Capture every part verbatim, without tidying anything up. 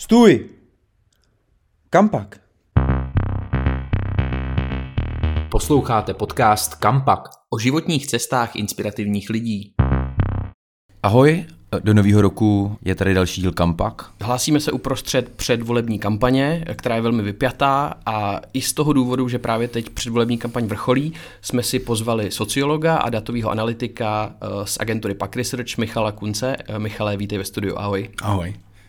Stůj! Kampak. Posloucháte podcast Kampak o životních cestách inspirativních lidí. Ahoj, do nového roku je tady další díl Kampak. Hlásíme se uprostřed předvolební kampaně, která je velmi vypjatá, a i z toho důvodu, že právě teď předvolební kampaň vrcholí, jsme si pozvali sociologa a datového analytika z agentury Pak Research Michala Kunce. Michale, vítej ve studiu, ahoj. Ahoj.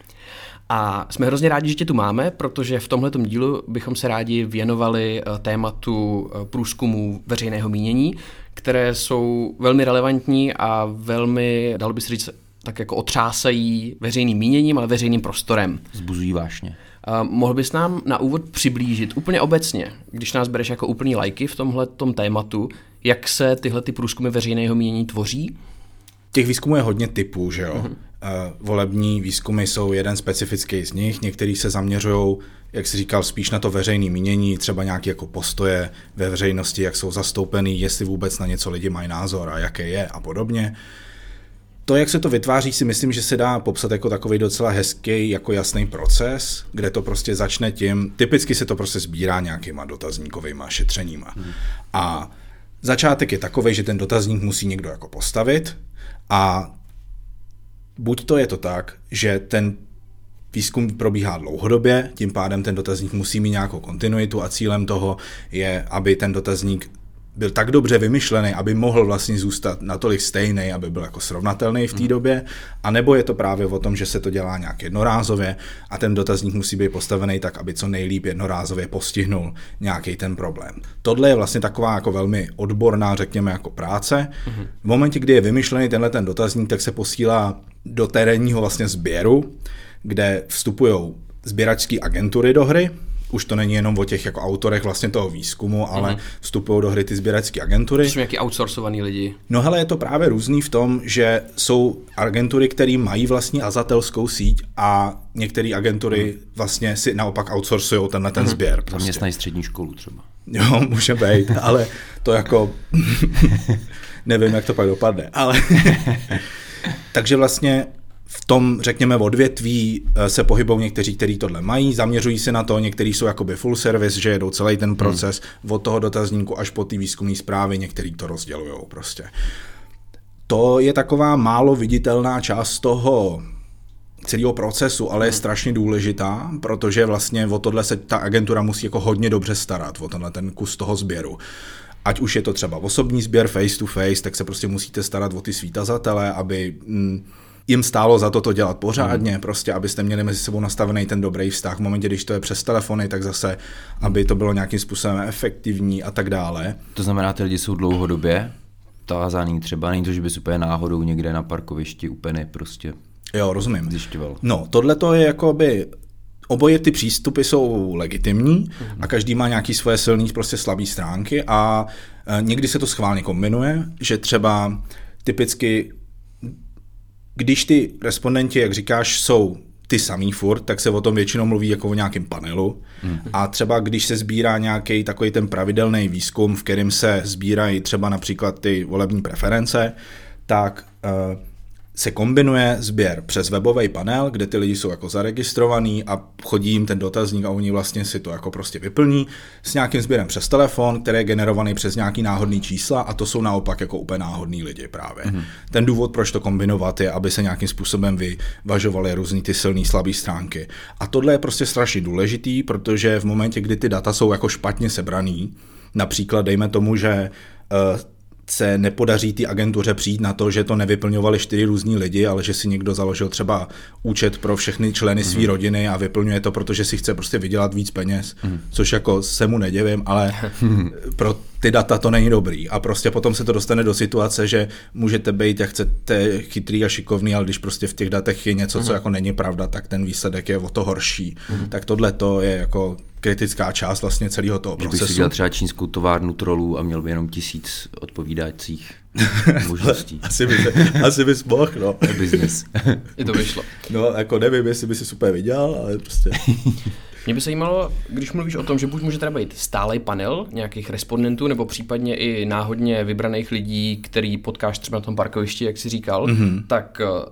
A jsme hrozně rádi, že tě tu máme, protože v tomhletom dílu bychom se rádi věnovali tématu průzkumu veřejného mínění, které jsou velmi relevantní a velmi, dalo by se říct, tak jako otřásají veřejným míněním, ale veřejným prostorem. Zbuzují vášně. Uh, mohl bys nám na úvod přiblížit úplně obecně, když nás bereš jako úplný lajky v tomhletom tématu, jak se tyhle ty průzkumy veřejného mínění tvoří? Těch výzkumů je hodně typů, že jo? Mm-hmm. Uh, volební výzkumy jsou jeden specifický z nich, některý se zaměřují, jak jsi říkal, spíš na to veřejné mínění, třeba nějaké jako postoje ve veřejnosti, jak jsou zastoupený, jestli vůbec na něco lidi mají názor a jaké je a podobně. To, jak se to vytváří, si myslím, že se dá popsat jako takový docela hezký, jako jasný proces, kde to prostě začne tím, typicky se to prostě sbírá nějakýma dotazníkovýma šetřeníma. Mm. A začátek je takovej, že ten dotazník musí někdo jako postavit a buď to je to tak, že ten výzkum probíhá dlouhodobě, tím pádem ten dotazník musí mít nějakou kontinuitu a cílem toho je, aby ten dotazník byl tak dobře vymyšlený, aby mohl vlastně zůstat natolik stejný, aby byl jako srovnatelný v té době, a nebo je to právě o tom, že se to dělá nějak jednorázově a ten dotazník musí být postavený tak, aby co nejlíp jednorázově postihnul nějaký ten problém. Tohle je vlastně taková jako velmi odborná, řekněme, jako práce. Mm-hmm. V momentě, kdy je vymyšlený tenhle ten dotazník, tak se posílá do terénního vlastně sběru, kde vstupují sběračské agentury do hry. Už to není jenom o těch jako autorech vlastně toho výzkumu, ale mm. vstupují do hry ty sběračské agentury. To jsou nějaký outsourcovaný lidi. No hele, je to právě různý v tom, že jsou agentury, které mají vlastní azatelskou síť a některé agentury mm. vlastně si naopak outsourcují tenhle ten sběr. Prostě. Zaměstnají střední školu třeba. Jo, může být, ale to jako nevím, jak to pak dopadne, ale takže vlastně v tom, řekněme, odvětví se pohybují někteří, kteří tohle mají, zaměřují se na to, někteří jsou jakoby full service, že jedou celý ten proces hmm. od toho dotazníku až po ty výzkumné zprávy, někteří to rozdělujou prostě. To je taková málo viditelná část toho celého procesu, ale je strašně důležitá, protože vlastně o tohle se ta agentura musí jako hodně dobře starat, o tenhle ten kus toho sběru. Ať už je to třeba osobní sběr face to face, tak se prostě musíte starat o ty svý tazatele, aby mm, jim stálo za to to dělat pořádně, mm. prostě abyste měli mezi sebou nastavený ten dobrý vztah. V momentě, když to je přes telefony, tak zase, aby to bylo nějakým způsobem efektivní a tak dále. To znamená, ty lidi jsou dlouhodobě tázaný, třeba není to, že by si úplně náhodou někde na parkovišti úplně prostě jo, rozumím. zjišťoval. No, tohle to je jakoby, oboje ty přístupy jsou legitimní mm. a každý má nějaký svoje silný, prostě slabý stránky a e, někdy se to schválně kombinuje, že třeba typicky když ty respondenti, jak říkáš, jsou ty samý furt, tak se o tom většinou mluví jako o nějakém panelu. Mm. A třeba když se sbírá nějaký takový ten pravidelný výzkum, v kterém se sbírají třeba například ty volební preference, tak uh, se kombinuje sběr přes webový panel, kde ty lidi jsou jako zaregistrovaný a chodí jim ten dotazník a oni vlastně si to jako prostě vyplní s nějakým sběrem přes telefon, který je generovaný přes nějaký náhodný čísla, a to jsou naopak jako úplně náhodný lidi právě. Mm-hmm. Ten důvod, proč to kombinovat, je, aby se nějakým způsobem vyvažovaly různý ty silný, slabý stránky. A tohle je prostě strašně důležitý, protože v momentě, kdy ty data jsou jako špatně sebraný, například dejme tomu, že uh, se nepodaří ty agentuře přijít na to, že to nevyplňovali čtyři různí lidi, ale že si někdo založil třeba účet pro všechny členy své mm. rodiny a vyplňuje to, protože si chce prostě vydělat víc peněz, mm. což jako se mu nedivím, ale pro ty data to není dobrý. A prostě potom se to dostane do situace, že můžete být, jak chcete, chytrý a šikovný, ale když prostě v těch datech je něco, co jako není pravda, tak ten výsledek je o to horší. Mm. Tak tohle to je jako kritická část vlastně celého toho procesu. Kdybych si dělal třeba čínskou továrnu trolů a měl by jenom tisíc odpovídajících možností. asi, by se, asi bys mohl, no. Business. I to vyšlo. No, jako nevím, jestli by si super vydělal, ale prostě. Mě by zajímalo, když mluvíš o tom, že buď může teda být stálej panel nějakých respondentů, nebo případně i náhodně vybraných lidí, který potkáš třeba na tom parkovišti, jak jsi říkal, mm-hmm. tak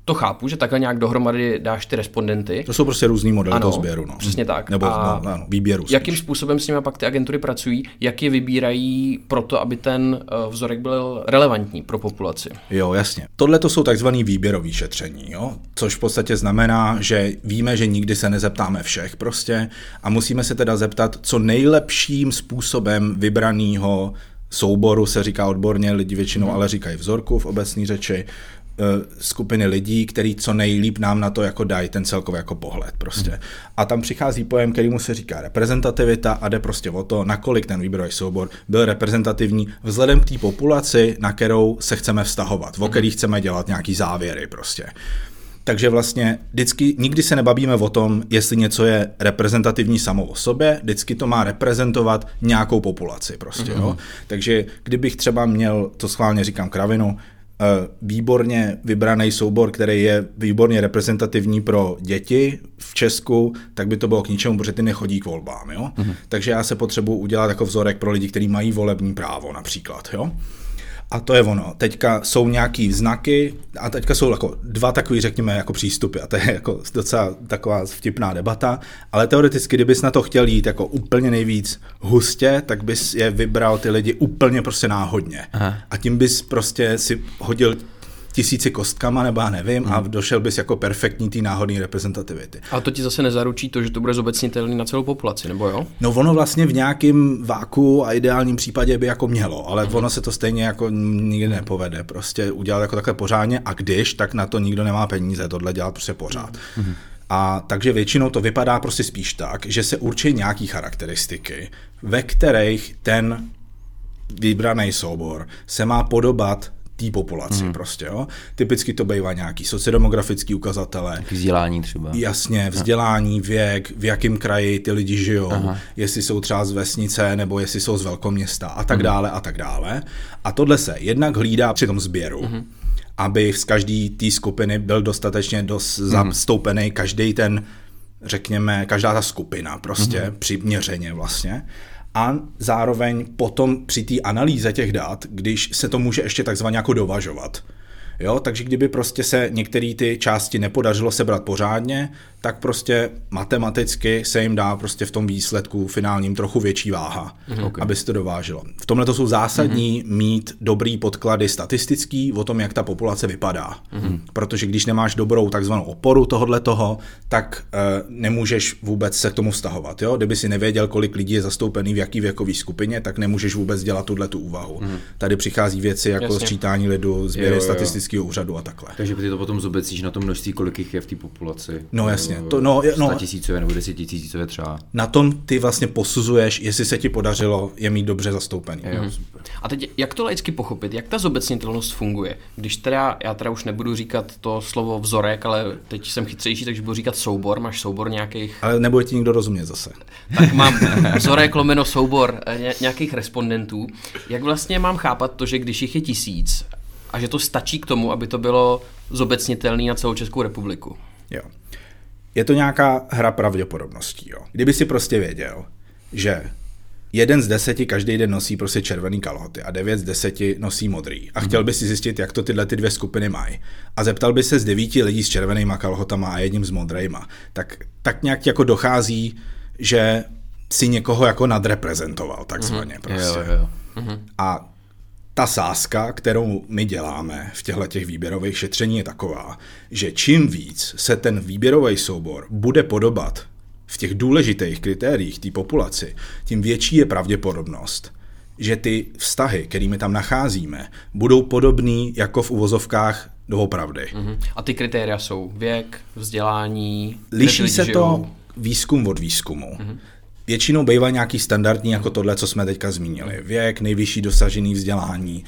to chápu, že takhle nějak dohromady dáš ty respondenty. To jsou prostě různý modely ano, toho sběru. No. Přesně tak. Nebo a no, no, výběru. Spíš. Jakým způsobem s nimi pak ty agentury pracují, jak je vybírají proto, aby ten vzorek byl relevantní pro populaci? Jo, jasně. Tohle to jsou takzvaný výběrový šetření, jo? Což v podstatě znamená, že víme, že nikdy se nezeptáme všech prostě a musíme se teda zeptat, co nejlepším způsobem vybranýho souboru, se říká odborně, lidi většinou hmm. ale říkají vzorku v obecné řeči, skupiny lidí, který co nejlíp nám na to jako dají ten celkový jako pohled prostě. Hmm. A tam přichází pojem, kterýmu se říká reprezentativita a jde prostě o to, nakolik ten výběrový soubor byl reprezentativní vzhledem k té populaci, na kterou se chceme vztahovat, o který chceme dělat nějaký závěry prostě. Takže vlastně vždycky, nikdy se nebavíme o tom, jestli něco je reprezentativní samo o sobě, vždycky to má reprezentovat nějakou populaci prostě, mm-hmm. jo. Takže kdybych třeba měl, to schválně říkám kravinu, výborně vybraný soubor, který je výborně reprezentativní pro děti v Česku, tak by to bylo k ničemu, protože ty nechodí k volbám, jo. Mm-hmm. Takže já se potřebuji udělat jako vzorek pro lidi, kteří mají volební právo například, jo. A to je ono. Teďka jsou nějaký znaky a teďka jsou jako dva takový, řekněme, jako přístupy a to je jako docela taková vtipná debata, ale teoreticky, kdybys na to chtěl jít jako úplně nejvíc hustě, tak bys je vybral ty lidi úplně prostě náhodně. Aha. A tím bys prostě si hodil tisíci kostkama, nebo já nevím, hmm. a došel bys jako perfektní tý náhodný reprezentativity. Ale to ti zase nezaručí to, že to bude zobecnitelný na celou populaci, nebo jo? No ono vlastně v nějakém váku a ideálním případě by jako mělo, ale hmm. ono se to stejně jako nikdy nepovede, prostě udělat jako takhle pořádně a když, tak na to nikdo nemá peníze, tohle dělat prostě pořád. Hmm. A takže většinou to vypadá prostě spíš tak, že se určí nějaký charakteristiky, ve kterých ten vybraný soubor se má podobat té populaci hmm. prostě, jo. Typicky to bývá nějaký sociodemografický ukazatele. Vzdělání třeba. Jasně, vzdělání, věk, v jakém kraji ty lidi žijou, aha. jestli jsou třeba z vesnice, nebo jestli jsou z velkoměsta a tak hmm. dále a tak dále. A tohle se jednak hlídá při tom sběru, hmm. aby z každé té skupiny byl dostatečně dost hmm. zastoupený každý ten, řekněme, každá ta skupina prostě hmm. přiměřeně vlastně. A zároveň potom při té analýze těch dat, když se to může ještě takzvaně jako dovažovat. Jo, takže kdyby prostě se některé ty části nepodařilo sebrat pořádně, tak prostě matematicky se jim dá prostě v tom výsledku finálním trochu větší váha, okay. aby se to dovážilo. V tomhle to jsou zásadní mm-hmm. mít dobrý podklady statistický o tom, jak ta populace vypadá. Mm-hmm. Protože když nemáš dobrou takzvanou oporu tohodletoho, tak uh, nemůžeš vůbec se k tomu vztahovat. Jo? Kdyby si nevěděl, kolik lidí je zastoupený v jaký věkové skupině, tak nemůžeš vůbec dělat tuhletu úvahu. Mm-hmm. Tady přichází věci jako Jasně. sčítání lidu, sběry statistického úřadu a takhle. Takže ty to potom zobecíš na to množství, kolik jich je v té populaci. No jasně. To, no, no, sto tisícové nebo deset tisícové třeba. Na tom ty vlastně posuzuješ, jestli se ti podařilo je mít dobře zastoupený. Mm. A teď jak to laicky pochopit, jak ta zobecnitelnost funguje? Když teda, já teda už nebudu říkat to slovo vzorek, ale teď jsem chytřejší, takže budu říkat soubor, máš soubor nějakých... Ale nebude ti nikdo rozumět zase. Tak mám vzorek lomeno soubor nějakých respondentů. Jak vlastně mám chápat to, že když jich je tisíc a že to stačí k tomu, aby to bylo zobecnitelné na celou Českou republiku? Jo. Je to nějaká hra pravděpodobností. Jo. Kdyby si prostě věděl, že jeden z deseti každý den nosí prostě červený kalhoty a devět z deseti nosí modrý a chtěl by si zjistit, jak to tyhle ty dvě skupiny mají a zeptal by se z devíti lidí s červenýma kalhotama a jedním s modrejma, tak, tak nějak jako dochází, že si někoho jako nadreprezentoval takzvaně mm-hmm. prostě. Jo, jo. Mm-hmm. A ta sázka, kterou my děláme v těchto těch výběrových šetření je taková, že čím víc se ten výběrový soubor bude podobat v těch důležitých kritériích té populaci, tím větší je pravděpodobnost, že ty vztahy, kterými tam nacházíme, budou podobný jako v uvozovkách doopravdy. Uh-huh. A ty kritéria jsou věk, vzdělání... Liší se to výzkum od výzkumu. Uh-huh. Většinou bývá nějaký standardní, jako tohle, co jsme teďka zmínili. Věk, nejvyšší dosažený vzdělání,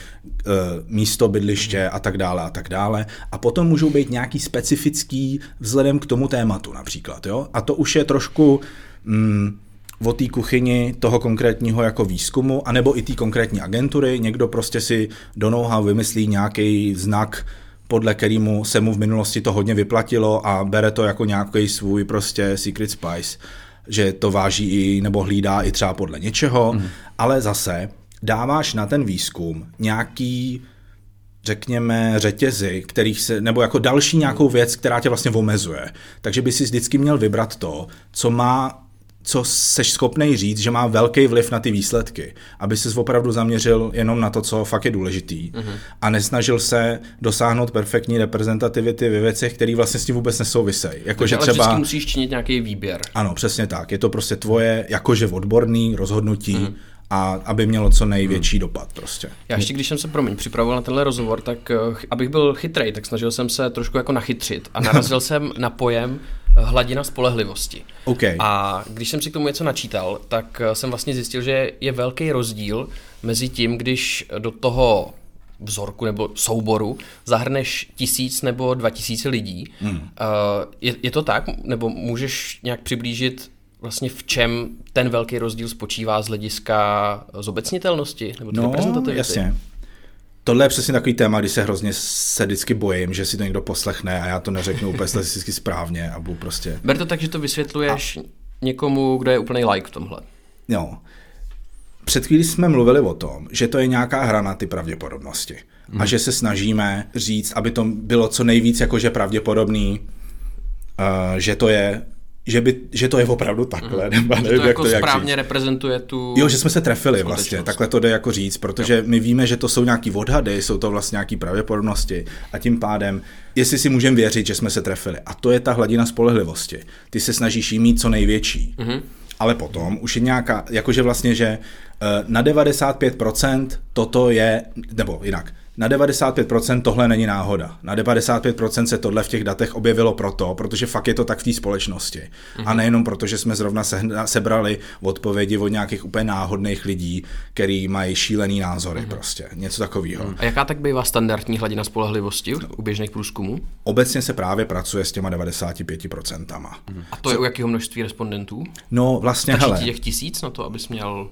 místo bydliště a tak dále a tak dále. A potom můžou být nějaký specifický vzhledem k tomu tématu například. Jo? A to už je trošku mm, o té kuchyni toho konkrétního jako výzkumu, anebo i té konkrétní agentury. Někdo prostě si do know-how vymyslí nějaký znak, podle kterému se mu v minulosti to hodně vyplatilo a bere to jako nějaký svůj prostě secret spice, že to váží i nebo hlídá i třeba podle něčeho, mm. ale zase dáváš na ten výzkum nějaký řekněme, řetězy, kterých se, nebo jako další nějakou věc, která tě vlastně omezuje. Takže by si vždycky měl vybrat to, co má, co seš schopnej říct, že má velký vliv na ty výsledky, aby ses opravdu zaměřil jenom na to, co fakt je důležitý mm-hmm. a nesnažil se dosáhnout perfektní reprezentativity ve věcech, které vlastně s tím vůbec nesouvisejí. Jako, že ale třeba vždycky musíš činit nějaký výběr. Ano, přesně tak. Je to prostě tvoje jakože odborný rozhodnutí, mm-hmm. a aby mělo co největší hmm. dopad prostě. Já ještě, když jsem se, promiň, připravoval na tenhle rozhovor, tak abych byl chytrej, tak snažil jsem se trošku jako nachytřit a narazil jsem na pojem hladina spolehlivosti. Okay. A když jsem si k tomu něco načítal, tak jsem vlastně zjistil, že je velký rozdíl mezi tím, když do toho vzorku nebo souboru zahrneš tisíc nebo dva tisíce lidí. Hmm. Je, je to tak? Nebo můžeš nějak přiblížit vlastně v čem ten velký rozdíl spočívá z hlediska zobecnitelnosti? Nebo no, jasně. Tohle je přesně takový téma, kdy se hrozně se vždycky bojím, že si to někdo poslechne a já to neřeknu úplně statisticky správně a budu prostě... Ber to tak, že to vysvětluješ a... někomu, kdo je úplný like v tomhle. Jo. Před chvílí jsme mluvili o tom, že to je nějaká hra na ty pravděpodobnosti. Hmm. A že se snažíme říct, aby to bylo co nejvíc jakože pravděpodobný, uh, že to je... Že, by, že to je opravdu takhle. Mm. Nebo že nevím, to jako jak to správně reprezentuje tu... Jo, že jsme se trefili vlastně, takhle to jde jako říct, protože jo. my víme, že to jsou nějaký odhady, jsou to vlastně nějaký pravděpodobnosti a tím pádem, jestli si můžeme věřit, že jsme se trefili. A to je ta hladina spolehlivosti. Ty se snažíš jí mít co největší. Mm. Ale potom už je nějaká, jakože vlastně, že na devadesát pět procent toto je, nebo jinak, na devadesát pět procent tohle není náhoda. Na devadesát pět procent se tohle v těch datech objevilo proto, protože fakt je to tak v té společnosti. Mm-hmm. A nejenom proto, že jsme zrovna se, sebrali odpovědi od nějakých úplně náhodných lidí, který mají šílený názory mm-hmm. prostě. Něco takového. Mm. A jaká tak bývá standardní hladina spolehlivosti u běžných průzkumů? Obecně se právě pracuje s těma devadesát pět procent. Mm. A to je Co? u jakého množství respondentů? No vlastně, Stačí hele. ti těch tisíc na to, abys měl...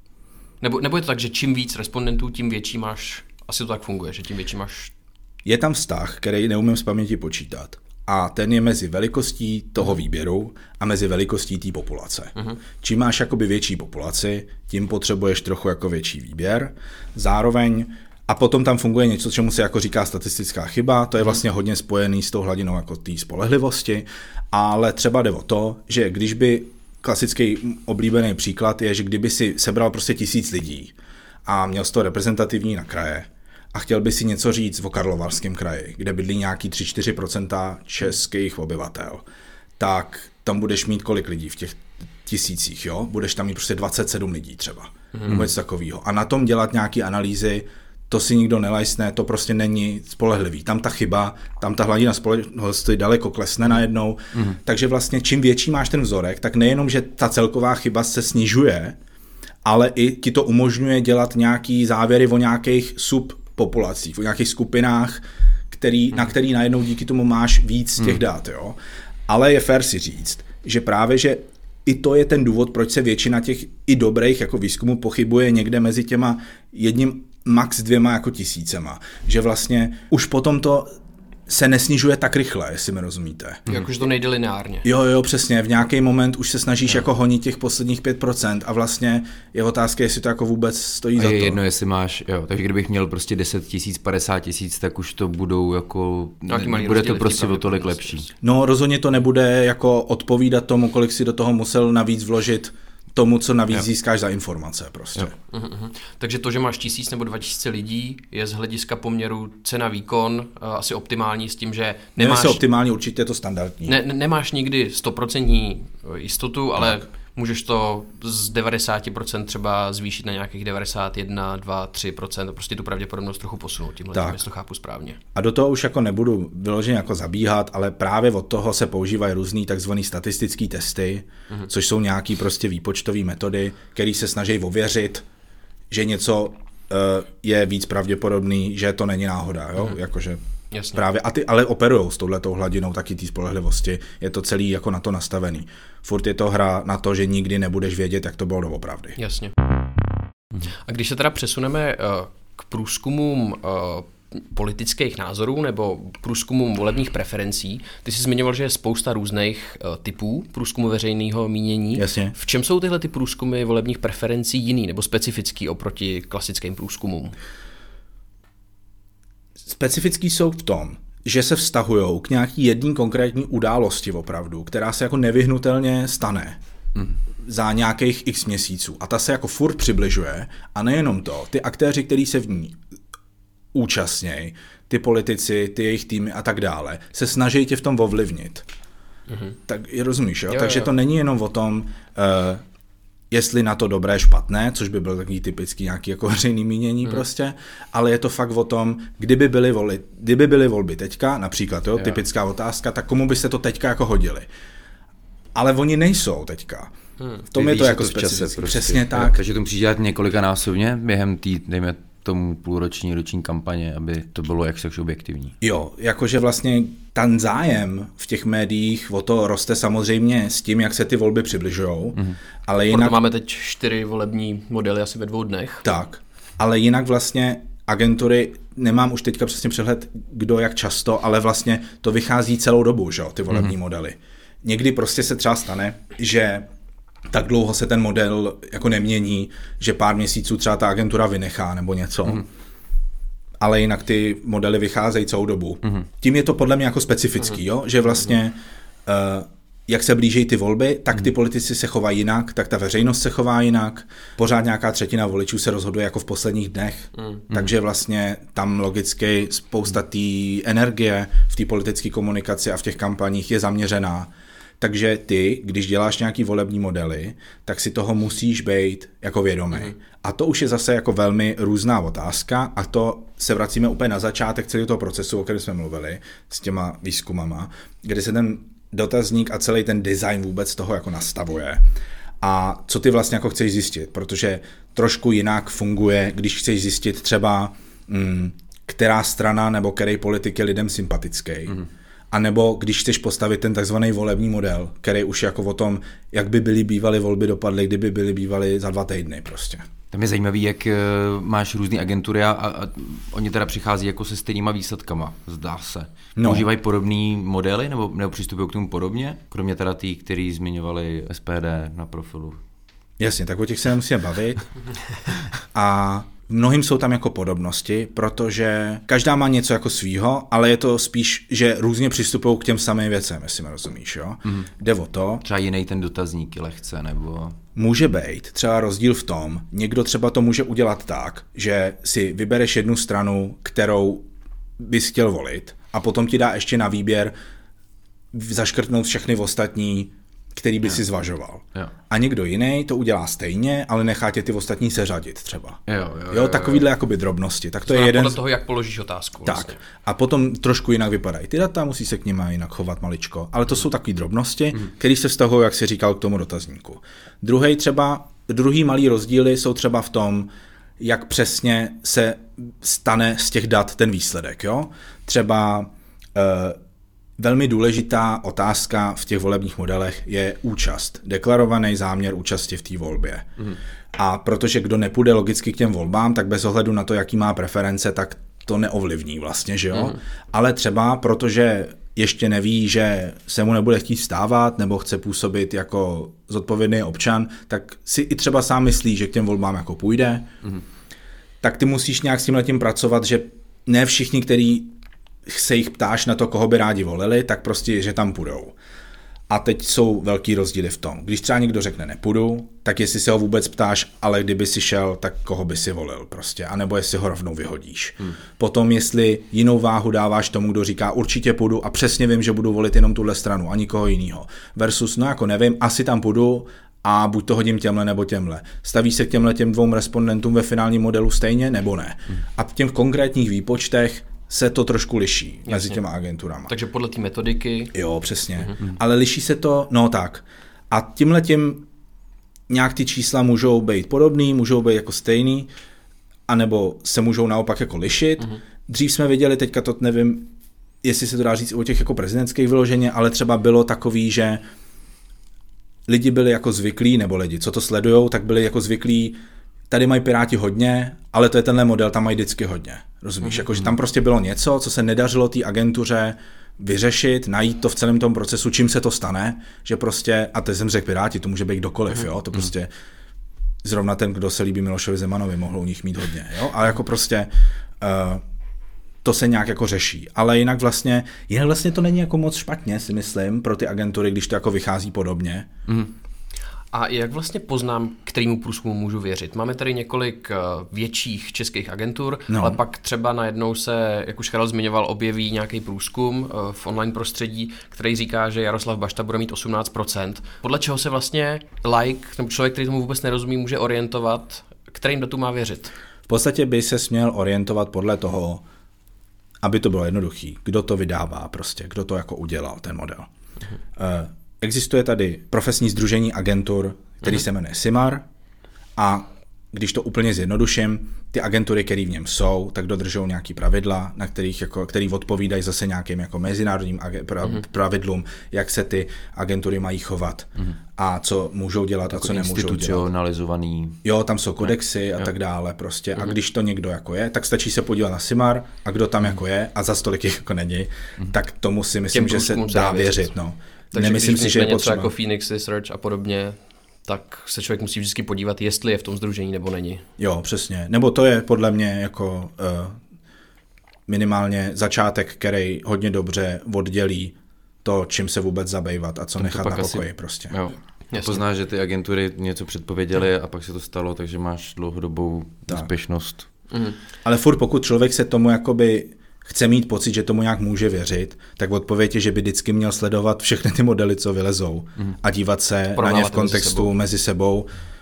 Nebo, nebo je to tak, že čím víc respondentů, tím větší máš... Asi to tak funguje, že tím větší máš... Je tam vztah, který neumím z paměti počítat. A ten je mezi velikostí toho výběru a mezi velikostí té populace. Uh-huh. Čím máš jakoby větší populaci, tím potřebuješ trochu jako větší výběr. Zároveň, a potom tam funguje něco, čemu se jako říká statistická chyba, to je vlastně hodně spojený s tou hladinou jako té spolehlivosti, ale třeba jde o to, že když by klasický oblíbený příklad je, že kdyby si sebral prostě tisíc lidí a měl z toho reprezentativní na kraje, a chtěl by si něco říct o Karlovarském kraji, kde bydlí nějaký tři až čtyři procenta českých obyvatel, tak tam budeš mít kolik lidí v těch tisících, jo? Budeš tam mít prostě dvacet sedm lidí třeba, hmm. nebo něco takového. A na tom dělat nějaké analýzy, to si nikdo nelajsne, to prostě není spolehlivý. Tam ta chyba, tam ta hladina spolehlivosti daleko klesne najednou, hmm. takže vlastně čím větší máš ten vzorek, tak nejenom, že ta celková chyba se snižuje, ale i ti to umožňuje dělat nějaký závěry o nějakých subpopulacích, o nějakých skupinách, který, na který najednou díky tomu máš víc těch hmm. dat. Jo? Ale je fér si říct, že právě, že i to je ten důvod, proč se většina těch i dobrých jako výzkumů pochybuje někde mezi těma jedním max dvěma jako tisícema. Že vlastně už potom to se nesnižuje tak rychle, jestli mi rozumíte. Jakože to nejde lineárně. Jo, jo, přesně. V nějaký moment už se snažíš jo. jako honit těch posledních pět procent a vlastně je otázka, jestli to jako vůbec stojí a za to. Je jedno, jestli máš, jo, takže kdybych měl prostě deset tisíc, padesát tisíc, tak už to budou jako, ne, bude to prostě o tolik lepší. No rozhodně to nebude jako odpovídat tomu, kolik si do toho musel navíc vložit tomu, co navíc jo. získáš za informace prostě. Uh-huh. Takže to, že máš tisíc nebo dva tisíce lidí, je z hlediska poměru cena-výkon uh, asi optimální s tím, že nemáš... Nevím, optimální, určitě je to standardní. Ne, nemáš nikdy stoprocentní jistotu, ale tak. můžeš to z devadesát procent třeba zvýšit na nějakých devadesát jedna, dva, tři procenta, prostě tu pravděpodobnost trochu posunout tímhle, tím, jestli to chápu správně. A do toho už jako nebudu vyloženě jako zabíhat, ale právě od toho se používají různý takzvaný statistický testy, mm-hmm. což jsou nějaký prostě výpočtové metody, které se snaží ověřit, že něco uh, je víc pravděpodobný, že to není náhoda, jo, mm-hmm. jakože Jasně. právě, a ty ale operujou s touhletou hladinou taky té spolehlivosti, je to celý jako na to nastavený. Furt je to hra na to, že nikdy nebudeš vědět, jak to bylo doopravdy. Jasně. A když se teda přesuneme uh, k průzkumům uh, politických názorů nebo průzkumům volebních preferencí, ty jsi zmiňoval, že je spousta různých uh, typů průzkumu veřejného mínění. Jasně. V čem jsou tyhle ty průzkumy volebních preferencí jiný nebo specifický oproti klasickým průzkumům? specifický jsou v tom, že se vztahují k nějaký jedné konkrétní události opravdu, která se jako nevyhnutelně stane hmm. za nějakých x měsíců. A ta se jako furt přibližuje a nejenom to, ty aktéři, kteří se v ní účastnějí, ty politici, ty jejich týmy a tak dále, se snaží tě v tom ovlivnit. Hmm. Tak rozumíš, jo? jo Takže jo. to není jenom o tom, uh, jestli na to dobré, špatné, což by byl takový typický nějaký jako veřejný mínění hmm. prostě, ale je to fakt o tom, kdyby byly, voli, kdyby byly volby teďka, například, jo, jo. typická otázka, tak komu by se to teďka jako hodili. Ale oni nejsou teďka. Hmm. V tom Ty je to jako specifické. Prostě. Přesně tak. Takže to musí dělat několikanásobně během té, dejme tomu půlroční, roční kampaně, aby to bylo jakž objektivní. Jo, jakože vlastně ten zájem v těch médiích o to roste samozřejmě s tím, jak se ty volby přibližujou, mm-hmm. ale jinak... Proto máme teď čtyři volební modely asi ve dvou dnech. Tak, ale jinak vlastně agentury, nemám už teďka přesně přehled, kdo jak často, ale vlastně to vychází celou dobu, že jo, ty volební mm-hmm. modely. Někdy prostě se třeba stane, že tak dlouho se ten model jako nemění, že pár měsíců třeba ta agentura vynechá nebo něco. Mm. Ale jinak ty modely vycházejí celou dobu. Mm. Tím je to podle mě jako specifický, mm. jo? Že vlastně uh, jak se blíží ty volby, tak ty politici se chovají jinak, tak ta veřejnost se chová jinak. Pořád nějaká třetina voličů se rozhoduje jako v posledních dnech. Mm. Takže vlastně tam logicky spousta té energie v té politické komunikaci a v těch kampaních je zaměřená. Takže ty, když děláš nějaký volební modely, tak si toho musíš být jako vědomý. Mm. A to už je zase jako velmi různá otázka a to se vracíme úplně na začátek celého toho procesu, o kterém jsme mluvili, s těma výzkumama, kde se ten dotazník a celý ten design vůbec toho jako nastavuje. A co ty vlastně jako chceš zjistit, protože trošku jinak funguje, když chceš zjistit třeba, mm, která strana nebo který politik je lidem sympatický. Mm. A nebo když chceš postavit ten takzvaný volební model, který už jako o tom, jak by byly bývaly volby dopadly, kdyby byly bývaly za dva týdny prostě. Tam je zajímavý, jak máš různé agentury a, a oni teda přichází jako se stejnýma výsledkama, zdá se. No. Používají podobné modely nebo, nebo přistupují k tomu podobně, kromě teda tý, který zmiňovali S P D na profilu? Jasně, tak o těch se nemusíme bavit. A mnohým jsou tam jako podobnosti, protože každá má něco jako svýho, ale je to spíš, že různě přistupují k těm samým věcem, jestli mi rozumíš, jo? Mm. Jde o to. Třeba jiný ten dotazník je lehce, nebo... Může být třeba rozdíl v tom, někdo třeba to může udělat tak, že si vybereš jednu stranu, kterou bys chtěl volit a potom ti dá ještě na výběr zaškrtnout všechny ostatní, který by jo. si zvažoval. Jo. A někdo jiný to udělá stejně, ale nechá tě ty ostatní seřadit třeba. Jo, jo, jo, jo, takovýhle jakoby drobnosti. Tak to je jeden podle toho, jak položíš otázku. Tak. Vlastně. A potom trošku jinak vypadají ty data, musí se k nima jinak chovat maličko. Ale to hmm. jsou takové drobnosti, hmm. které se vztahují, jak jsi říkal, k tomu dotazníku. Druhý třeba, druhý malý rozdíly jsou třeba v tom, jak přesně se stane z těch dat ten výsledek. Jo? Třeba uh, velmi důležitá otázka v těch volebních modelech je účast. Deklarovaný záměr účasti v té volbě. Mm. A protože kdo nepůjde logicky k těm volbám, tak bez ohledu na to, jaký má preference, tak to neovlivní vlastně, že jo? Mm. Ale třeba protože ještě neví, že se mu nebude chtít stávat nebo chce působit jako zodpovědný občan, tak si i třeba sám myslí, že k těm volbám jako půjde, mm. tak ty musíš nějak s tímhletím pracovat, že ne všichni, který se jich ptáš na to, koho by rádi volili, tak prostě, že tam půjdou. A teď jsou velký rozdíly v tom. Když třeba někdo řekne nepůjdu, tak jestli se ho vůbec ptáš, ale kdyby si šel, tak koho by si volil prostě, anebo jestli ho rovnou vyhodíš. Hmm. Potom, jestli jinou váhu dáváš tomu, kdo říká určitě půjdu a přesně vím, že budu volit jenom tuhle stranu a nikoho jiného. Versus, no jako nevím, asi tam půjdu a buď to hodím těmhle nebo těmhle. Stavíš se k těmhle těm dvou respondentům ve finálním modelu stejně nebo ne? Hmm. A v těch konkrétních výpočtech se to trošku liší Jasně. mezi těma agenturama. Takže podle té metodiky. Jo, přesně. Mm-hmm. Ale liší se to, no tak. A tímhletím nějak ty čísla můžou být podobný, můžou být jako stejný, anebo se můžou naopak jako lišit. Mm-hmm. Dřív jsme viděli, teďka to nevím, jestli se to dá říct o těch jako prezidentských vyloženě, ale třeba bylo takový, že lidi byli jako zvyklí, nebo lidi, co to sledujou, tak byli jako zvyklí, tady mají Piráti hodně, ale to je tenhle model, tam mají vždycky hodně. Rozumíš? Mm-hmm. Jako, že tam prostě bylo něco, co se nedařilo té agentuře vyřešit, najít to v celém tom procesu, čím se to stane, že prostě, a teď jsem řekl Piráti, to může být kdokoliv, mm-hmm. jo, to prostě zrovna ten, kdo se líbí Milošovi Zemanovi, mohl u nich mít hodně, jo, ale jako prostě uh, to se nějak jako řeší. Ale jinak vlastně, jinak vlastně to není jako moc špatně, si myslím, pro ty agentury, když to jako vychází podobně. Mm. A jak vlastně poznám, kterému průzkumu můžu věřit? Máme tady několik větších českých agentur, no. ale pak třeba najednou se, jak už Karel zmiňoval, objeví nějaký průzkum v online prostředí, který říká, že Jaroslav Bašta bude mít osmnáct procent. Podle čeho se vlastně like, nebo člověk, který tomu vůbec nerozumí, může orientovat, kterým datu má věřit? V podstatě by se směl orientovat podle toho, aby to bylo jednoduchý, kdo to vydává prostě, kdo to jako udělal, ten model. Mhm. Uh, Existuje tady profesní sdružení agentur, který mm-hmm. se jmenuje SIMAR a když to úplně zjednoduším, ty agentury, které v něm jsou, tak dodržují nějaký pravidla, na kterých jako, který odpovídají zase nějakým jako mezinárodním ag- pra- mm-hmm. pravidlům, jak se ty agentury mají chovat mm-hmm. a co můžou dělat jako a co nemůžou dělat. Institucionalizovaný. Jo, tam jsou kodexy a jo. tak dále prostě. Mm-hmm. A když to někdo jako je, tak stačí se podívat na SIMAR a kdo tam mm-hmm. jako je a za stolik jako není, mm-hmm. tak tomu si myslím, že se dá věřit. No. Takže Nemyslím když si, že je něco jako Phoenix Research a podobně, tak se člověk musí vždycky podívat, jestli je v tom sdružení nebo není. Jo, přesně. Nebo to je podle mě jako uh, minimálně začátek, který hodně dobře oddělí to, čím se vůbec zabývat a co nechat na pokoji asi... prostě. Jo. Poznáš, že ty agentury něco předpověděly a pak se to stalo, takže máš dlouhodobou tak. úspěšnost. Mhm. Ale furt pokud člověk se tomu jakoby chce mít pocit, že tomu nějak může věřit, tak odpověď je, že by vždycky měl sledovat všechny ty modely, co vylezou mm. a dívat se Porovnávat na ně v kontextu mezi sebou, mezi sebou.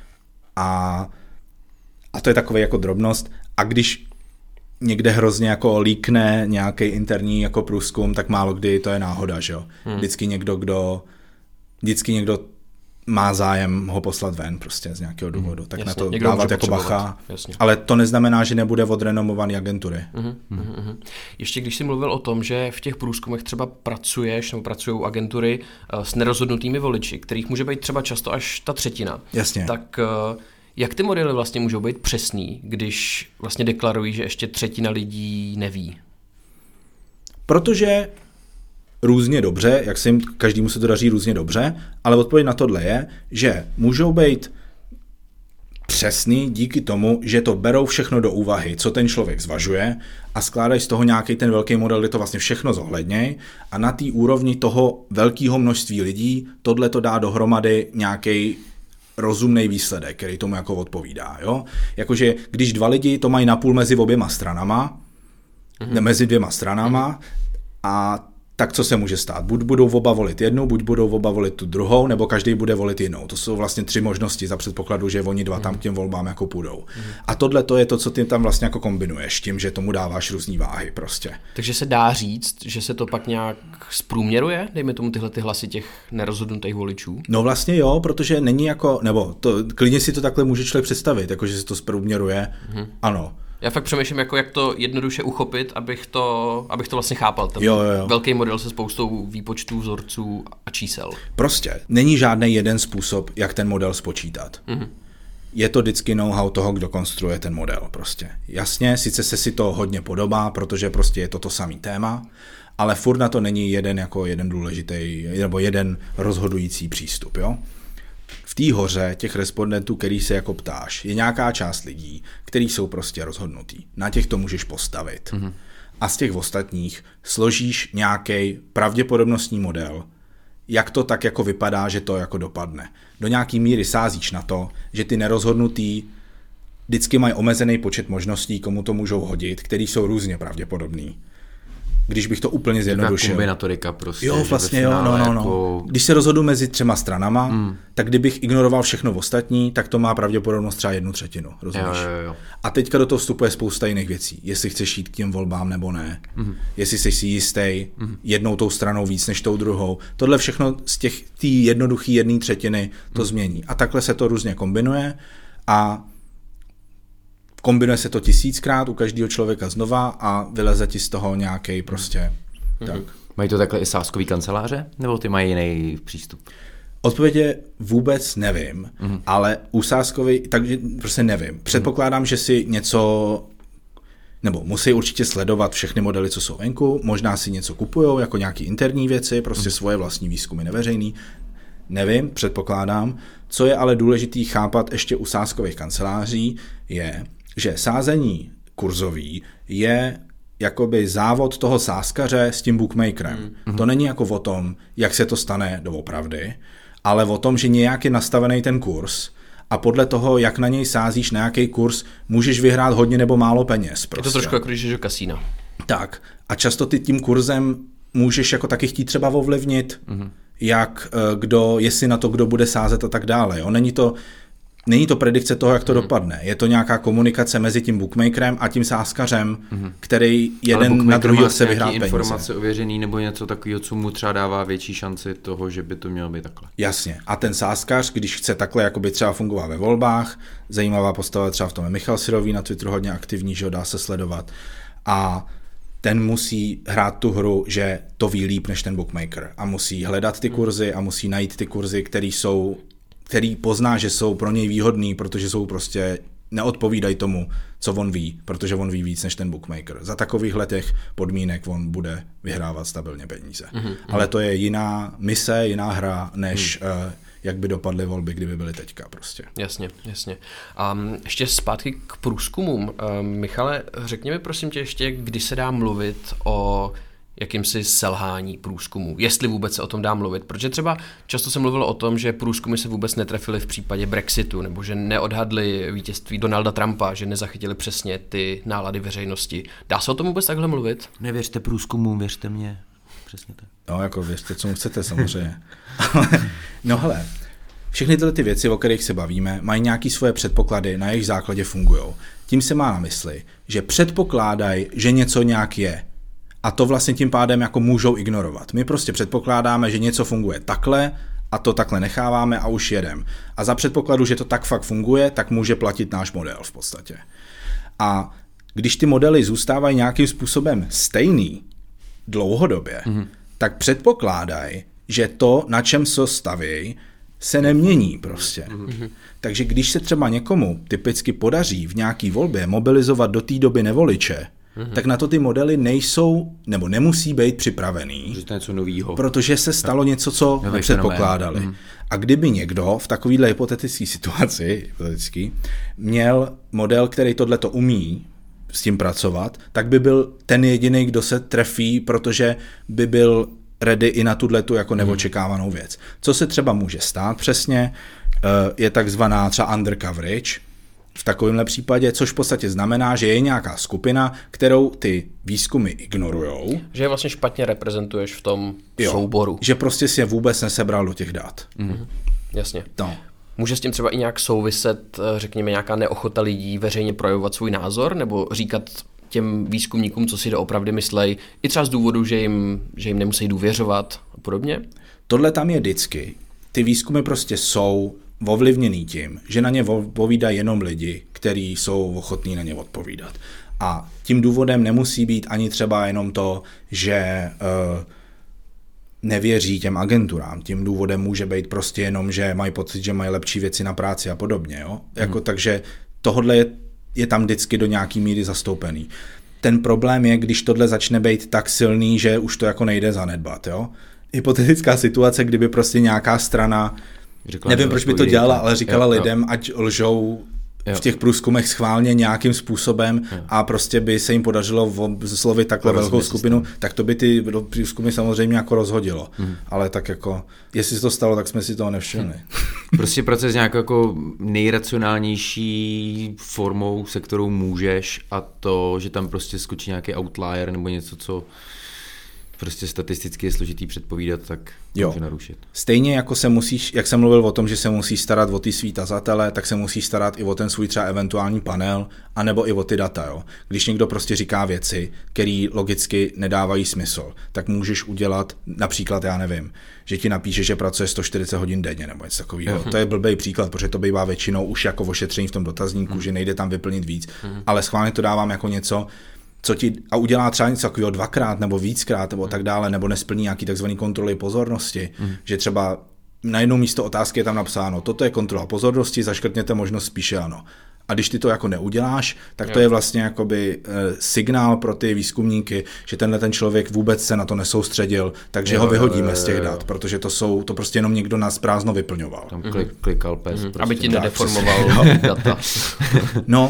A, a to je takové jako drobnost. A když někde hrozně jako líkne nějaký interní jako průzkum, tak málo kdy to je náhoda, že jo. Mm. Vždycky někdo, kdo vždycky někdo má zájem ho poslat ven prostě z nějakého důvodu, mm, tak jasně, na to dávat jako bacha, jasně. Ale to neznamená, že nebude od renomované agentury. Mm, mm, mm. Ještě když jsi mluvil o tom, že v těch průzkumech třeba pracuješ nebo pracují agentury s nerozhodnutými voliči, kterých může být třeba často až ta třetina, jasně. tak jak ty modely vlastně můžou být přesný, když vlastně deklarují, že ještě třetina lidí neví? Protože různě dobře, jak se jim každému se to daří různě dobře, ale odpověď na tohle je, že můžou být přesný díky tomu, že to berou všechno do úvahy, co ten člověk zvažuje a skládají z toho nějaký ten velký model, kde to vlastně všechno zohledněj a na té úrovni toho velkého množství lidí tohle to dá dohromady nějaký rozumný výsledek, který tomu jako odpovídá. Jo? Jakože když dva lidi to mají napůl mezi oběma stranama, mm-hmm. ne, mezi dvěma stranama mm-hmm. a tak co se může stát? Buď budou oba volit jednu, buď budou oba volit tu druhou, nebo každý bude volit jinou. To jsou vlastně tři možnosti za předpokladu, že oni dva mm. tam k těm volbám jako půjdou. Mm. A tohle to je to, co ty tam vlastně jako kombinuješ, tím, že tomu dáváš různý váhy prostě. Takže se dá říct, že se to pak nějak zprůměruje, dejme tomu tyhle ty hlasy těch nerozhodnutých voličů? No vlastně jo, protože není jako, nebo to, klidně si to takhle může člověk představit, jako že se to zprůměruje, mm. ano. Já fakt přemýšlím, jako jak to jednoduše uchopit, abych to, abych to vlastně chápal. Ten jo, jo. velký model se spoustou výpočtů, vzorců a čísel. Prostě není žádný jeden způsob, jak ten model spočítat. Mm-hmm. Je to vždycky know-how toho, kdo konstruuje ten model. Prostě. Jasně, sice se si to hodně podobá, protože prostě je to to samý téma, ale furt na to není jeden jako jeden důležitý, nebo jeden rozhodující přístup, jo? V té hoře těch respondentů, který se jako ptáš, je nějaká část lidí, kteří jsou prostě rozhodnutí. Na těch to můžeš postavit. Mm-hmm. A z těch ostatních složíš nějaký pravděpodobnostní model, jak to tak jako vypadá, že to jako dopadne. Do nějaký míry sázíš na to, že ty nerozhodnutí vždycky mají omezený počet možností, komu to můžou hodit, který jsou různě pravděpodobný. Když bych to úplně zjednodušil. Kombinatorika prostě. Jo, vlastně jo, no, no, no. Jako... Když se rozhodu mezi třema stranama, mm. tak kdybych ignoroval všechno ostatní, tak to má pravděpodobnost třeba jednu třetinu, rozumíš? Jo, jo, jo. A teďka do toho vstupuje spousta jiných věcí. Jestli chceš jít k těm volbám nebo ne. Mm. Jestli jsi si jistý mm. jednou tou stranou víc než tou druhou. Tohle všechno z těch té jednoduché jedné třetiny to mm. změní. A takhle se to různě kombinuje a kombinuje se to tisíckrát u každého člověka znova a vyleze ti z toho nějaký prostě mm-hmm. tak. Mají to takhle i sázkový kanceláře? Nebo ty mají jiný přístup? Odpověď je vůbec nevím, mm-hmm. ale u sázkový, takže prostě nevím. Předpokládám, mm-hmm. že si něco, nebo musí určitě sledovat všechny modely, co jsou venku, možná si něco kupujou, jako nějaký interní věci, prostě mm-hmm. svoje vlastní výzkumy neveřejný. Nevím, předpokládám. Co je ale důležitý chápat ještě u sázkových kanceláří, je, že sázení kurzový je jakoby závod toho sázkaře s tím bookmakerem. Mm-hmm. To není jako o tom, jak se to stane doopravdy, ale o tom, že nějak je nastavený ten kurz a podle toho, jak na něj sázíš, na jaký kurz, můžeš vyhrát hodně nebo málo peněz. Prostě. Je to trošku jako když jdeš do kasína. Tak. A často ty tím kurzem můžeš jako taky chtít třeba ovlivnit, mm-hmm. jak kdo, jestli na to, kdo bude sázet a tak dále. Jo? Není to Není to predikce toho, jak to mm. dopadne. Je to nějaká komunikace mezi tím bookmakerem a tím sázkařem, mm. který jeden na druhý se vyhrát peníze. Informace ověřený nebo něco takového, co mu třeba dává větší šanci toho, že by to mělo být takhle. Jasně. A ten sázkař, když chce takhle jakoby třeba fungovat ve volbách, zajímavá postava třeba v tom je Michal Syrový, na Twitteru hodně aktivní, že ho dá se sledovat. A ten musí hrát tu hru, že to ví líp než ten bookmaker. A musí hledat ty kurzy a musí najít ty kurzy, které jsou který pozná, že jsou pro něj výhodný, protože jsou prostě neodpovídají tomu, co on ví, protože on ví víc než ten bookmaker. Za takovýchhle těch podmínek on bude vyhrávat stabilně peníze. Mm-hmm. Ale to je jiná mise, jiná hra, než mm. uh, jak by dopadly volby, kdyby byly teďka prostě. Jasně, jasně. A ještě zpátky k průzkumům. Uh, Michale, řekni mi prosím tě ještě, kdy se dá mluvit o jakýmsi selhání průzkumu, jestli vůbec se o tom dá mluvit, protože třeba často se mluvilo o tom, že průzkumy se vůbec netrefily v případě Brexitu, nebo že neodhadli vítězství Donalda Trumpa, že nezachytili přesně ty nálady veřejnosti. Dá se o tom vůbec takhle mluvit? Nevěřte průzkumům, věřte mě. Přesně tak. No, jako věřte, co mu chcete samozřejmě. No hele, všechny tyhle ty věci, o kterých se bavíme, mají nějaké svoje předpoklady, na jejich základě fungují. Tím se má na mysli, že předpokládají, že něco nějak je. A to vlastně tím pádem jako můžou ignorovat. My prostě předpokládáme, že něco funguje takhle a to takhle necháváme a už jedem. A za předpokladu, že to tak fakt funguje, tak může platit náš model v podstatě. A když ty modely zůstávají nějakým způsobem stejný dlouhodobě, mm-hmm. tak předpokládají, že to, na čem se staví, se nemění prostě. Mm-hmm. Takže když se třeba někomu typicky podaří v nějaký volbě mobilizovat do té doby nevoliče, mm-hmm. tak na to ty modely nejsou, nebo nemusí být připravený. Že to je něco novýho. Protože se stalo něco, co nepředpokládali. Mm-hmm. A kdyby někdo v takovýhle hypotetické situaci hypotetický, měl model, který tohleto umí s tím pracovat, tak by byl ten jediný, kdo se trefí, protože by byl ready i na tuhletu jako neočekávanou věc. Co se třeba může stát přesně, je takzvaná třeba undercoverage, v takovémhle případě, což v podstatě znamená, že je nějaká skupina, kterou ty výzkumy ignorujou. Že je vlastně špatně reprezentuješ v tom jo, souboru. Že prostě si je vůbec nesebral do těch dat. Mm. Jasně. No. Může s tím třeba i nějak souviset, řekněme, nějaká neochota lidí veřejně projevovat svůj názor, nebo říkat těm výzkumníkům, co si doopravdy myslej, i třeba z důvodu, že jim, že jim nemusí důvěřovat a podobně? Tohle tam je vždycky. Ty výzkumy prostě jsou ovlivněný tím, že na ně odpovídají jenom lidi, kteří jsou ochotní na ně odpovídat. A tím důvodem nemusí být ani třeba jenom to, že uh, nevěří těm agenturám. Tím důvodem může být prostě jenom, že mají pocit, že mají lepší věci na práci a podobně. Jo? Jako, hmm. Takže tohle je, je tam vždycky do nějaký míry zastoupený. Ten problém je, když tohle začne být tak silný, že už to jako nejde zanedbat. Jo? Hypotetická situace, kdyby prostě nějaká strana Řekla, nevím, proč by to dělala, ale říkala jo, lidem, jo. ať lžou jo. v těch průzkumech schválně nějakým způsobem jo. a prostě by se jim podařilo zlovit takhle to velkou skupinu, systém. Tak to by ty průzkumy samozřejmě jako rozhodilo. Hmm. Ale tak jako, jestli se to stalo, tak jsme si toho nevšimli. Hmm. Prostě proces nějakou jako nejracionálnější formou, se kterou můžeš, a to, že tam prostě skočí nějaký outlier nebo něco, co prostě statisticky je složitý předpovídat, tak jo. může narušit. Stejně jako se musíš, jak jsem mluvil o tom, že se musí starat o ty svý tazatele, tak se musí starat i o ten svůj třeba eventuální panel, anebo i o ty data. Jo. Když někdo prostě říká věci, které logicky nedávají smysl, tak můžeš udělat například, já nevím, že ti napíše, že pracuje sto čtyřicet hodin denně nebo něco takového. Uh-huh. To je blbej příklad, protože to bývá většinou už jako ošetření v tom dotazníku, uh-huh. že nejde tam vyplnit víc, uh-huh. ale schválně to dávám jako něco, co ti a udělá třeba něco takového dvakrát nebo víckrát nebo tak dále, nebo nesplní nějaký takzvaný kontroly pozornosti, mm. že třeba na jedno místo otázky je tam napsáno, toto je kontrola pozornosti, zaškrtněte možnost spíše ano. A když ty to jako neuděláš, tak to jo. je vlastně jakoby e, signál pro ty výzkumníky, že tenhle ten člověk vůbec se na to nesoustředil, takže jo, ho vyhodíme jo, z těch dat, protože to jsou, to prostě jenom někdo nás prázdno vyplňoval. Tam klik, klikal pes. Mm-hmm. Prostě. Aby ti nedeformoval data. No,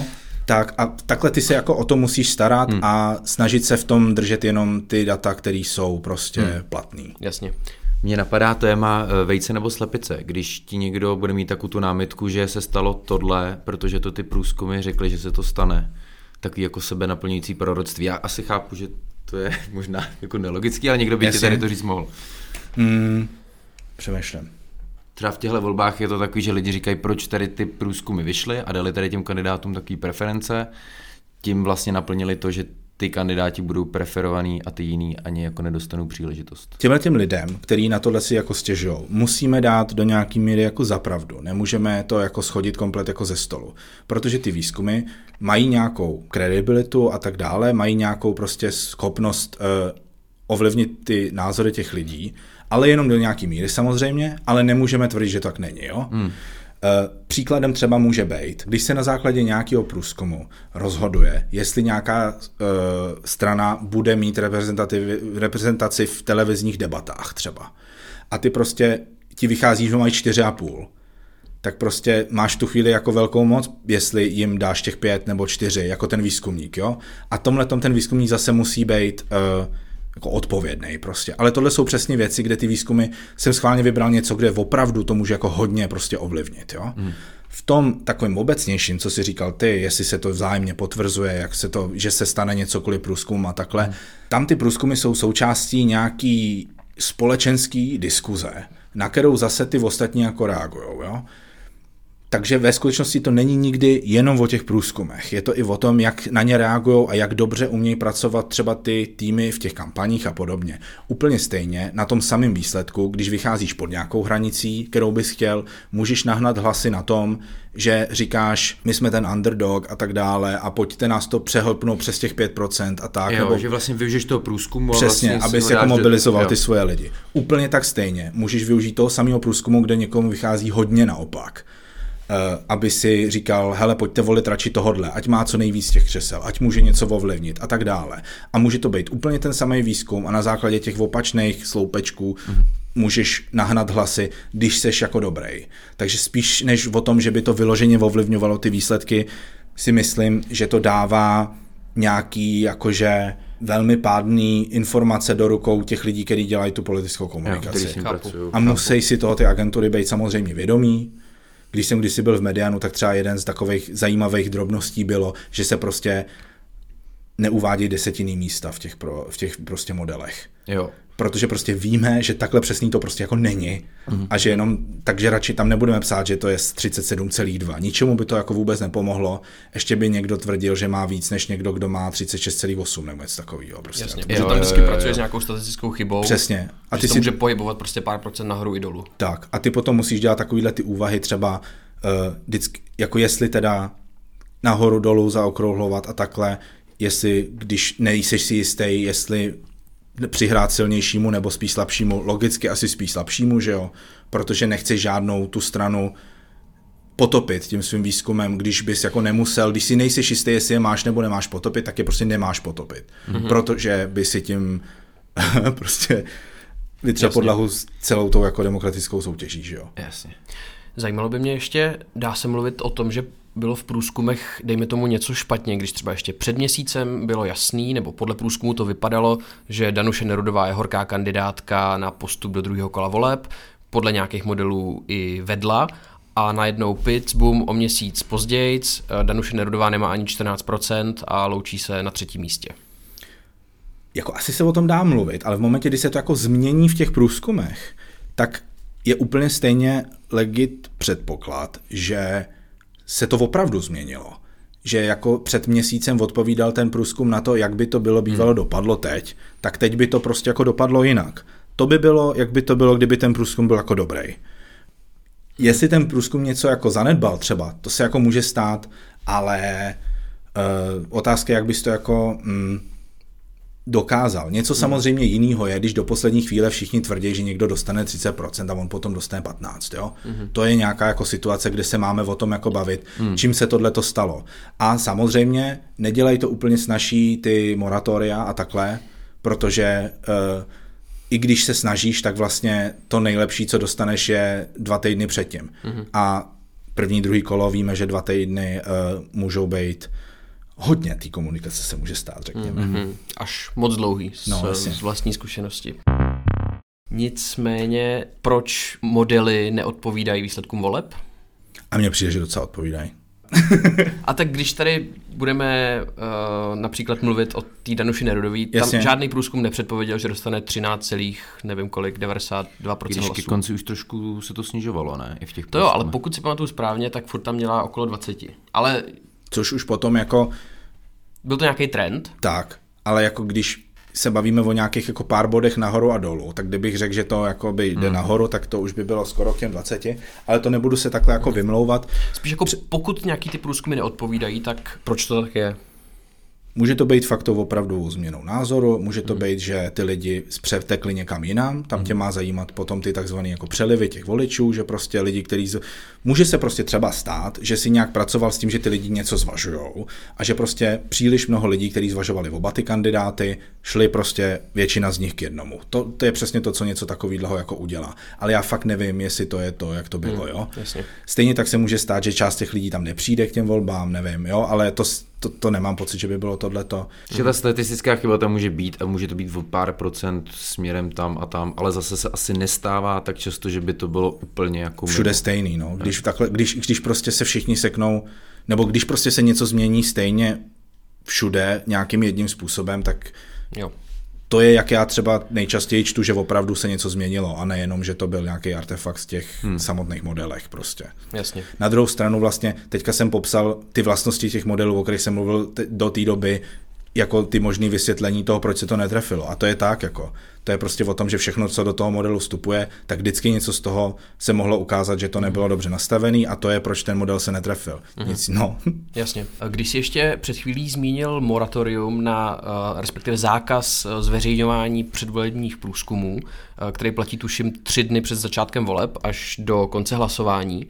Tak a takhle ty se jako o to musíš starat hmm. a snažit se v tom držet jenom ty data, které jsou prostě hmm. platný. Jasně. Mně napadá téma vejce nebo slepice. Když ti někdo bude mít takovou tu námitku, že se stalo tohle, protože to ty průzkumy řekly, že se to stane, takový jako sebe naplňující proroctví. Já asi chápu, že to je možná jako nelogický, ale někdo by ti tady to říct mohl. Hmm. Přemýšlím. Třeba v těchto volbách je to takový, že lidi říkají, proč tady ty průzkumy vyšly a dali tady těm kandidátům takové preference. Tím vlastně naplnili to, že ty kandidáti budou preferovaný a ty jiný ani jako nedostanou příležitost. Těmhle těm lidem, který na tohle si jako stěžujou, musíme dát do nějaký míry jako za pravdu. Nemůžeme to jako schodit komplet jako ze stolu. Protože ty výzkumy mají nějakou kredibilitu a tak dále, mají nějakou prostě schopnost uh, ovlivnit ty názory těch lidí, ale jenom do nějaký míry samozřejmě, ale nemůžeme tvrdit, že to tak není. Jo? Hmm. Příkladem třeba může být, když se na základě nějakého průzkumu rozhoduje, jestli nějaká uh, strana bude mít reprezentaci v televizních debatách třeba. A ty prostě, ti vychází, že mají čtyři a půl. Tak prostě máš tu chvíli jako velkou moc, jestli jim dáš těch pět nebo čtyři, jako ten výzkumník. Jo? A tomhletom ten výzkumník zase musí být uh, jako odpovědnej prostě. Ale tohle jsou přesně věci, kde ty výzkumy, jsem schválně vybral něco, kde opravdu to může jako hodně prostě ovlivnit. Jo? Hmm. V tom takovým obecnějším, co jsi říkal ty, jestli se to vzájemně potvrzuje, jak se to, že se stane něco kvůli průzkumu a takhle, hmm. tam ty průzkumy jsou součástí nějaký společenský diskuze, na kterou zase ty ostatní jako reagujou. Jo? Takže ve skutečnosti to není nikdy jenom o těch průzkumech. Je to i o tom, jak na ně reagují a jak dobře umějí pracovat třeba ty týmy v těch kampaních a podobně. Úplně stejně na tom samém výsledku, když vycházíš pod nějakou hranicí, kterou bys chtěl, můžeš nahnat hlasy na tom, že říkáš, my jsme ten underdog a tak dále a pojďte nás to přehlpnout přes těch pět procent a tak. Jo, nebo že vlastně využiješ toho průzkumu. Přesně, vlastně aby si jako mobilizoval do... ty svoje lidi. Úplně tak stejně. Můžeš využít toho samého průzkumu, kde někomu vychází hodně naopak. Uh, aby si říkal, hele, pojďte volit radši tohodle, ať má co nejvíc těch křesel, ať může něco ovlivnit a tak dále. A může to být úplně ten samý výzkum a na základě těch opačných sloupečků mm. můžeš nahnat hlasy, když seš jako dobrý. Takže spíš než o tom, že by to vyloženě ovlivňovalo ty výsledky, si myslím, že to dává nějaký jakože velmi pádný informace do rukou těch lidí, kteří dělají tu politickou komunikaci. Jo, a musí si toho ty agentury být samozřejmě vědomí. Když jsem kdysi byl v Medianu, tak třeba jeden z takových zajímavých drobností bylo, že se prostě neuvádějí desetinný místa v těch, pro, v těch prostě modelech. Jo. Protože prostě víme, že takhle přesný to prostě jako není mm. a že jenom, takže radši tam nebudeme psát, že to je třicet sedm celá dva. Ničemu by to jako vůbec nepomohlo. Ještě by někdo tvrdil, že má víc než někdo, kdo má třicet šest celá osm nebo něco takového. Prostě. Jasně, jo, protože tam vždycky pracuje s nějakou statistickou chybou. Přesně. A ty si to může pohybovat prostě pár procent nahoru i dolů. Tak a ty potom musíš dělat takovýhle ty úvahy třeba, uh, vždycky, jako jestli teda nahoru dolů zaokrouhlovat a takhle, jestli, když nejseš si jistý, jestli přihrát silnějšímu nebo spíš slabšímu, logicky asi spíš slabšímu, že jo, protože nechceš žádnou tu stranu potopit tím svým výzkumem, když bys jako nemusel, když si nejseš jistý, jestli je máš nebo nemáš potopit, tak je prostě nemáš potopit, mm-hmm. protože by si tím prostě vytřel podlahu s celou tou jako demokratickou soutěží, že jo. Jasně. Zajímalo by mě ještě, dá se mluvit o tom, že bylo v průzkumech, dejme tomu, něco špatně, když třeba ještě před měsícem bylo jasný, nebo podle průzkumu to vypadalo, že Danuše Nerudová je horká kandidátka na postup do druhého kola voleb, podle nějakých modelů i vedla, a najednou pic, boom, o měsíc později, Danuše Nerudová nemá ani čtrnáct procent a loučí se na třetím místě. Jako asi se o tom dá mluvit, ale v momentě, kdy se to jako změní v těch průzkumech, tak je úplně stejně legit předpoklad, že se to opravdu změnilo. Že jako před měsícem odpovídal ten průzkum na to, jak by to bylo bývalo hmm. dopadlo teď, tak teď by to prostě jako dopadlo jinak. To by bylo, jak by to bylo, kdyby ten průzkum byl jako dobrý. Jestli ten průzkum něco jako zanedbal třeba, to se jako může stát, ale uh, otázka, jak bys to jako mm, dokázal. Něco hmm. samozřejmě jinýho je, když do poslední chvíle všichni tvrdí, že někdo dostane třicet procent a on potom dostane patnáct procent. Jo? Hmm. To je nějaká jako situace, kde se máme o tom jako bavit, hmm. čím se tohle to stalo. A samozřejmě nedělají to úplně snaží ty moratoria a takhle, protože uh, i když se snažíš, tak vlastně to nejlepší, co dostaneš, je dva týdny předtím. Hmm. A první, druhý kolo víme, že dva týdny uh, můžou být hodně té komunikace se může stát, řekněme. Mm-hmm. Až moc dlouhý z, no, z vlastní zkušenosti. Nicméně, proč modely neodpovídají výsledkům voleb? A mně přijde, že docela odpovídají. A tak když tady budeme uh, například mluvit o té Danuši Nerudové, tam Jasně. žádný průzkum nepředpověděl, že dostane třináct, nevím kolik, devadesát dva procent Když hlasů. ke konci už trošku se to snižovalo, ne? I v těch to jo, ale pokud si pamatuju správně, tak furt tam měla okolo dvacet. Ale což už potom jako... Byl to nějaký trend? Tak, ale jako když se bavíme o nějakých jako pár bodech nahoru a dolů, tak kdybych řekl, že to jako by jde hmm. nahoru, tak to už by bylo skoro k těm dvaceti, ale to nebudu se takhle jako vymlouvat. Spíš jako pokud nějaký ty průzkumy neodpovídají, tak proč to tak je? Může to být fakt to opravdu změnou názoru, může to být, že ty lidi přetekli někam jinam, tam tě má zajímat potom ty takzvané jako přelivy těch voličů, že prostě lidi, kteří... Z... Může se prostě třeba stát, že si nějak pracoval s tím, že ty lidi něco zvažujou a že prostě příliš mnoho lidí, kteří zvažovali oba ty kandidáty, šli prostě většina z nich k jednomu. To, to je přesně to, co něco takového jako udělá. Ale já fakt nevím, jestli to je to, jak to bylo, jo. Jasně. Stejně tak se může stát, že část těch lidí tam nepřijde k těm volbám, nevím, jo, ale to To, to nemám pocit, že by bylo tohleto. Že ta statistická chyba tam může být a může to být o pár procent směrem tam a tam, ale zase se asi nestává tak často, že by to bylo úplně jako... Všude mimo. Stejný, no. Když, takhle, když, když prostě se všichni seknou, nebo když prostě se něco změní stejně všude nějakým jedním způsobem, tak jo. To je, jak já třeba nejčastěji čtu, že opravdu se něco změnilo a nejenom, že to byl nějaký artefakt z těch hmm. samotných modelech prostě. Jasně. Na druhou stranu vlastně, teďka jsem popsal ty vlastnosti těch modelů, o kterých jsem mluvil t- do té doby, jako ty možné vysvětlení toho, proč se to netrefilo. A to je tak, jako. To je prostě o tom, že všechno, co do toho modelu vstupuje, tak vždycky něco z toho se mohlo ukázat, že to nebylo dobře nastavený a to je, proč ten model se netrefil. Mm-hmm. Nic, no. Jasně. Když jsi ještě před chvílí zmínil moratorium na, respektive zákaz zveřejňování předvolebních průzkumů, který platí tuším tři dny před začátkem voleb až do konce hlasování.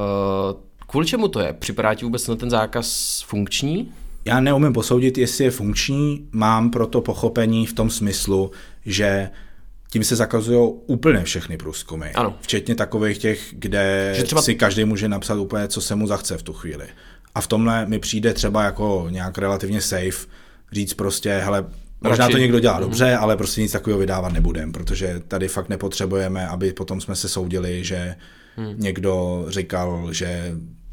Kvůli čemu to je? Připadá ti vůbec na ten zákaz funkční? Já neumím posoudit, jestli je funkční, mám proto pochopení v tom smyslu, že tím se zakazují úplně všechny průzkumy. Ano. Včetně takových těch, kde třeba... si každý může napsat úplně, co se mu zachce v tu chvíli. A v tomhle mi přijde třeba jako nějak relativně safe říct prostě, hele, možná Radši. to někdo dělá mm-hmm. dobře, ale prostě nic takového vydávat nebudem, protože tady fakt nepotřebujeme, aby potom jsme se soudili, že hmm. někdo říkal, že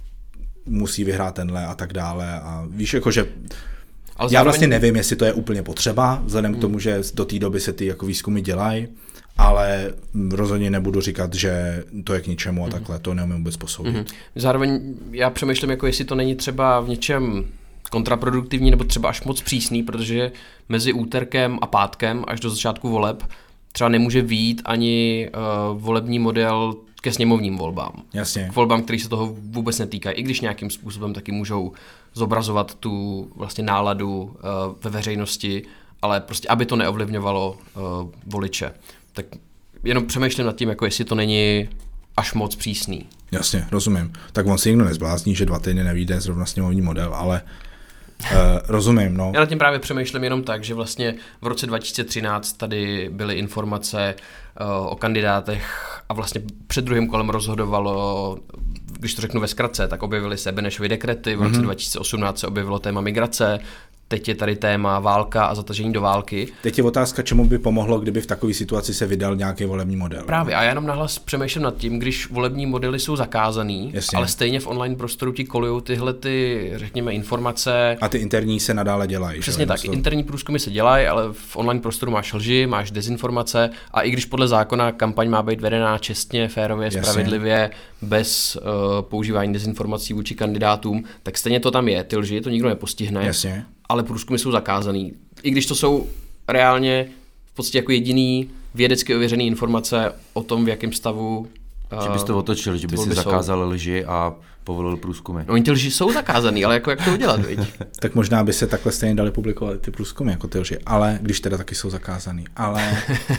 musí vyhrát tenhle a tak dále a víš, jakože ale já zároveň... vlastně nevím, jestli to je úplně potřeba, vzhledem hmm. k tomu, že do té doby se ty jako výzkumy dělají, ale rozhodně nebudu říkat, že to je k ničemu a hmm. takhle, to neumím vůbec posoudit. Hmm. Zároveň já přemýšlím, jako jestli to není třeba v něčem kontraproduktivní nebo třeba až moc přísný, protože mezi úterkem a pátkem až do začátku voleb třeba nemůže vyjít ani uh, volební model ke sněmovním volbám. Jasně. K volbám, které se toho vůbec netýkají, i když nějakým způsobem taky můžou zobrazovat tu vlastně náladu uh, ve veřejnosti, ale prostě, aby to neovlivňovalo uh, voliče. Tak jenom přemýšlím nad tím, jako jestli to není až moc přísný. Jasně, rozumím. Tak on si nikdo nezblázní, že dva týdny nevyjde zrovna sněmovní model, ale uh, rozumím, no. Já nad tím právě přemýšlím jenom tak, že vlastně v roce dva tisíce třináct tady byly informace uh, o kandidátech a vlastně před druhým kolem rozhodovalo, když to řeknu ve zkratce, tak objevily se Benešovy dekrety, v roce mm-hmm. dva tisíce osmnáct se objevilo téma migrace, teď je tady téma válka a zatažení do války. Teď je otázka, čemu by pomohlo, kdyby v takové situaci se vydal nějaký volební model. Právě, a já jenom nahlas přemýšlím nad tím, když volební modely jsou zakázaný, Jasně. ale stejně v online prostoru ti kolujou tyhle ty, řekněme, informace. A ty interní se nadále dělají. Přesně tak, to... interní průzkumy se dělají, ale v online prostoru máš lži, máš dezinformace a i když podle zákona kampaň má být vedená čestně, férově, Jasně. spravedlivě, bez uh, používání dezinformací vůči kandidátům, tak stejně to tam je, ty lži, to nikdo nepostihne. Jasně. Ale průzkumy jsou zakázaný. I když to jsou reálně v podstatě jako jediný vědecky ověřený informace o tom, v jakém stavu Že bys to otočil, že by si zakázal jsou. lži a povolil průzkumy. No, ty lži jsou zakázaný, ale jako jak to udělat, viď? Tak možná by se takhle stejně dali publikovat ty průzkumy jako ty lži, ale když teda taky jsou zakázaný, ale...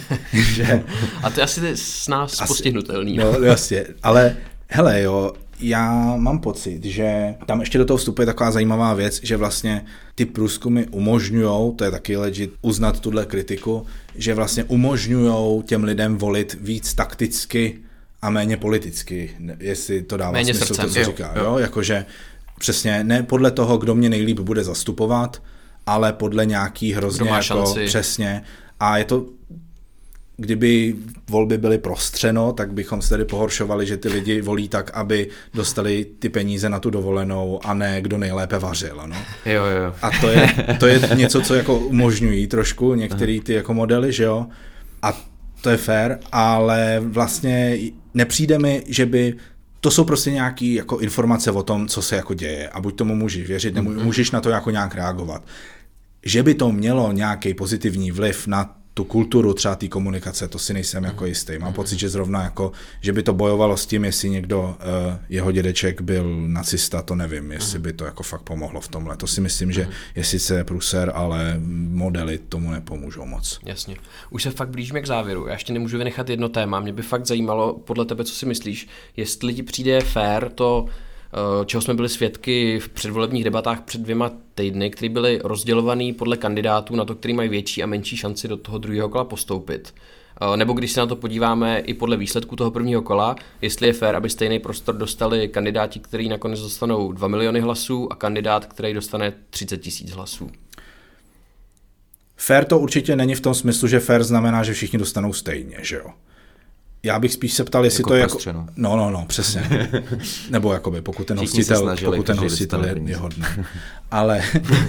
že... A to je asi s nás asi... postihnutelný. No, jasně, ale hele jo, já mám pocit, že tam ještě do toho vstupuje taková zajímavá věc, že vlastně ty průzkumy umožňujou, to je taky legit uznat tuhle kritiku, že vlastně umožňujou těm lidem volit víc takticky a méně politicky, jestli to dává méně smysl, srdcem, to, co jo, říká. jo. Jo? Jakože Přesně, ne podle toho, kdo mě nejlíp bude zastupovat, ale podle nějaký hrozně jako šanci. Přesně. A je to, kdyby volby byly prostřeno, tak bychom se tady pohoršovali, že ty lidi volí tak, aby dostali ty peníze na tu dovolenou a ne kdo nejlépe vařil. No? Jo, jo. A to je, to je něco, co jako umožňují trošku některé ty jako modely, že jo. A to je fair, ale vlastně nepřijde mi, že by to jsou prostě nějaké jako informace o tom, co se jako děje a buď tomu můžeš věřit, nebo můžeš na to jako nějak reagovat. Že by to mělo nějaký pozitivní vliv na tu kulturu třeba té komunikace, to si nejsem jako jistý. Mám pocit, že zrovna jako, že by to bojovalo s tím, jestli někdo, uh, jeho dědeček byl nacista, to nevím, jestli by to jako fakt pomohlo v tomhle. To si myslím, že je sice průser, ale modely tomu nepomůžou moc. Jasně. Už se fakt blížíme k závěru. Já ještě nemůžu vynechat jedno téma. Mě by fakt zajímalo, podle tebe, co si myslíš, jestli ti přijde fér to, čeho jsme byli svědky v předvolebních debatách před dvěma týdny, které byly rozdělovaný podle kandidátů na to, který mají větší a menší šanci do toho druhého kola postoupit. Nebo když se na to podíváme i podle výsledku toho prvního kola, jestli je fér, aby stejný prostor dostali kandidáti, kteří nakonec dostanou dva miliony hlasů a kandidát, který dostane třicet tisíc hlasů. Fér to určitě není v tom smyslu, že fér znamená, že všichni dostanou stejně, že jo? Já bych spíš se ptal, jestli jako to je jako... prostřeno. No, no, no, přesně. Nebo jakoby, pokud ten Všichni hostitel, snažili, pokud ten každý hostitel dostal je, je hodný. Ale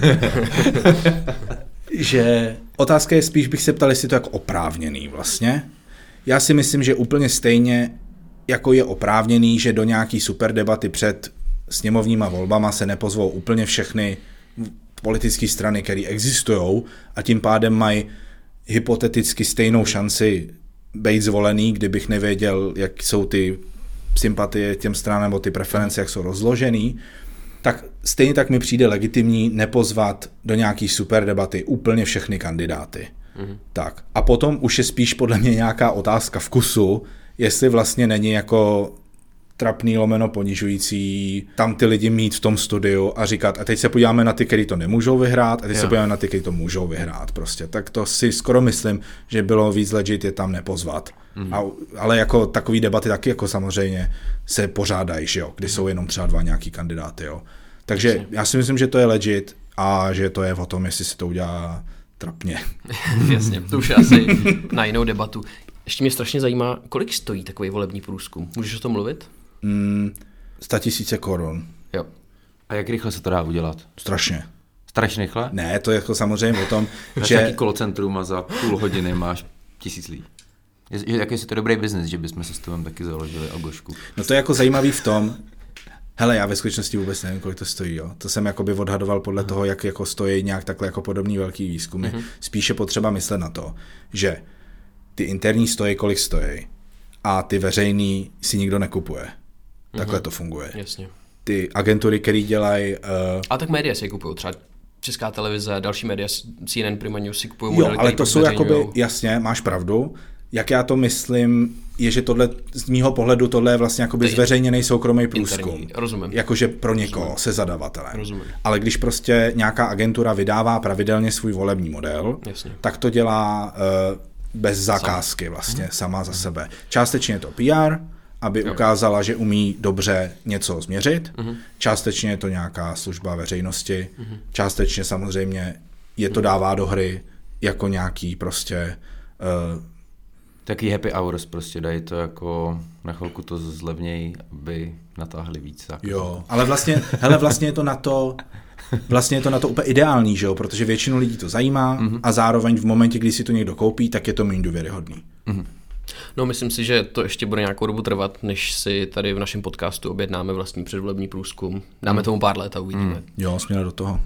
že otázka je spíš, bych se ptal, jestli to je jako oprávněný vlastně. Já si myslím, že úplně stejně jako je oprávněný, že do nějaký super debaty před sněmovníma volbama se nepozvou úplně všechny politické strany, které existují a tím pádem mají hypoteticky stejnou šanci být zvolený, kdybych nevěděl, jak jsou ty sympatie těm stranám nebo ty preference, jak jsou rozložený, tak stejně tak mi přijde legitimní nepozvat do nějaký super debaty úplně všechny kandidáty. Mm-hmm. Tak. A potom už je spíš podle mě nějaká otázka vkusu, jestli vlastně není jako trapný lomeno ponižující tam ty lidi mít v tom studiu a říkat, a teď se podíváme na ty, kteří to nemůžou vyhrát, a teď jo. se podíváme na ty, kteří to můžou vyhrát prostě. Tak to si skoro myslím, že bylo víc legit je tam nepozvat. Mm. A, ale jako takový debaty taky jako samozřejmě se pořádají, že jo, kdy mm. jsou jenom třeba dva nějaký kandidáty, jo. Takže Jasně. já si myslím, že to je legit a že to je o tom, jestli se to udělá trapně. Jasně, to už je asi na jinou debatu. Ještě mě strašně zajímá, kolik stojí takový volební průzkum? Můžeš o tom mluvit? Mm, sta tisíce korun. Jo. A jak rychle se to dá udělat? Strašně. Strašně rychle? Ne, to je jako samozřejmě o tom, že... nějaký kolocentrum a za půl hodiny máš tisíc lidí. Jak je to dobrý biznes, že bychom se s tobem taky založili Algošku? No to je jako zajímavý v tom, hele, já ve skutečnosti vůbec nevím, kolik to stojí, jo. To jsem jakoby odhadoval podle toho, jak jako stojí nějak takhle jako podobný velký výzkumy. Uh-huh. Spíše potřeba myslet na to, že ty interní stojí, kolik stojí a ty veřejný si nikdo nekupuje. Takhle uh-huh. to funguje. Jasně. Ty agentury, které dělají... Uh... A tak média si kupují, třeba Česká televize, další média, C N N, Prima News si kupují modely, modely, ale to jsou jakoby, jasně, máš pravdu. Jak já to myslím, je, že tohle, z mýho pohledu, tohle je vlastně jakoby zveřejněný soukromý průzkum. Rozumím. Jakože pro někoho, rozumím. Se zadavatelem. Rozumím. Ale když prostě nějaká agentura vydává pravidelně svůj volební model, Jasně. tak to dělá uh, bez zakázky sama. vlastně, mhm. sama za sebe. Částečně je to P R, aby jo. ukázala, že umí dobře něco změřit. Mhm. Částečně je to nějaká služba veřejnosti. Mhm. Částečně samozřejmě je to dává do hry jako nějaký prostě... Uh, Taky happy hours prostě dají to jako na chvilku to zlevnějí, aby natáhli víc. Jako. Jo, ale vlastně, hele, vlastně je to na to, vlastně je to na to úplně ideální, že jo, protože většinu lidí to zajímá mm-hmm. a zároveň v momentě, kdy si to někdo koupí, tak je to méně důvěryhodný. Mm-hmm. No, myslím si, že to ještě bude nějakou dobu trvat, než si tady v našem podcastu objednáme vlastní předvolební průzkum. Dáme mm. tomu pár let a uvidíme. Mm. Jo, směle do toho.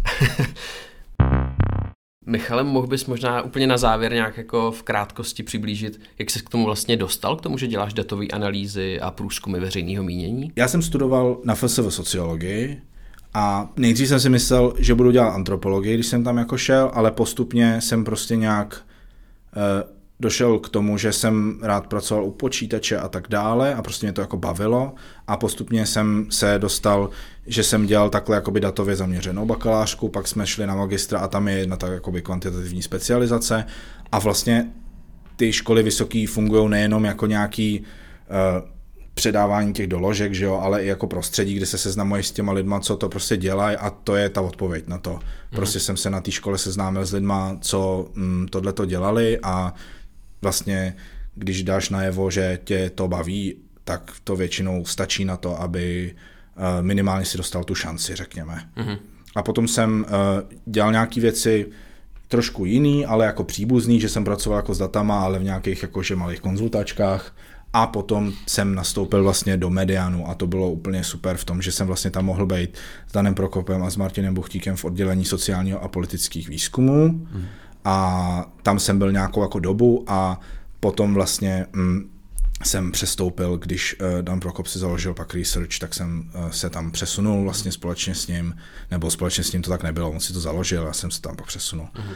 Michale, mohl bys možná úplně na závěr nějak jako v krátkosti přiblížit, jak jsi k tomu vlastně dostal, k tomu, že děláš datové analýzy a průzkumy veřejného mínění? Já jsem studoval na F S V sociologii a nejdřív jsem si myslel, že budu dělat antropologii, když jsem tam jako šel, ale postupně jsem prostě nějak eh, došel k tomu, že jsem rád pracoval u počítače a tak dále a prostě mě to jako bavilo a postupně jsem se dostal, že jsem dělal takhle jakoby datově zaměřenou bakalářku, pak jsme šli na magistra a tam je jedna tak jakoby kvantitativní specializace a vlastně ty školy vysoký fungují nejenom jako nějaký uh, předávání těch doložek, že jo, ale i jako prostředí, kde se seznamuješ s těma lidma, co to prostě dělají a to je ta odpověď na to. Prostě mm. jsem se na té škole seznámil s lidma, co mm, tohle to dělali a vlastně, když dáš najevo, že tě to baví, tak to většinou stačí na to, aby uh, minimálně si dostal tu šanci, řekněme. Mm. A potom jsem uh, dělal nějaké věci trošku jiný, ale jako příbuzný, že jsem pracoval jako s datama, ale v nějakých jakože malých konzultačkách. A potom jsem nastoupil vlastně do Medianu a to bylo úplně super v tom, že jsem vlastně tam mohl být s Danem Prokopem a s Martinem Buchtíkem v oddělení sociálního a politických výzkumů. Mm. A tam jsem byl nějakou jako dobu a potom vlastně mm, jsem přestoupil, když uh, Dan Prokop si založil pak Research, tak jsem uh, se tam přesunul vlastně společně s ním, nebo společně s ním to tak nebylo, on si to založil a jsem se tam pak přesunul. Mm.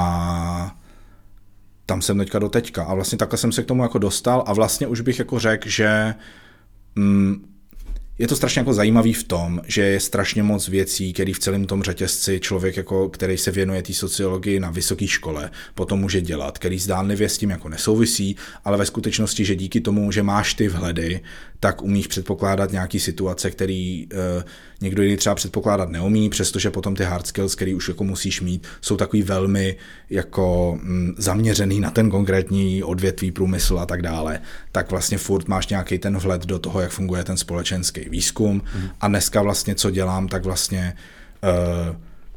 A tam jsem teďka do teďka a vlastně takhle jsem se k tomu jako dostal a vlastně už bych jako řekl, že mm, je to strašně jako zajímavý v tom, že je strašně moc věcí, který v celém tom řetězci člověk, jako, který se věnuje té sociologii na vysoké škole, potom může dělat, který zdánlivě s tím jako nesouvisí, ale ve skutečnosti, že díky tomu, že máš ty vhledy, tak umíš předpokládat nějaký situace, který uh, někdo jiný třeba předpokládat neumí, přestože potom ty hard skills, který už jako musíš mít, jsou takový velmi jako mm, zaměřený na ten konkrétní odvětví, průmysl a tak dále, tak vlastně furt máš nějaký ten vhled do toho, jak funguje ten společenský výzkum. Mm. A dneska vlastně, co dělám, tak vlastně uh,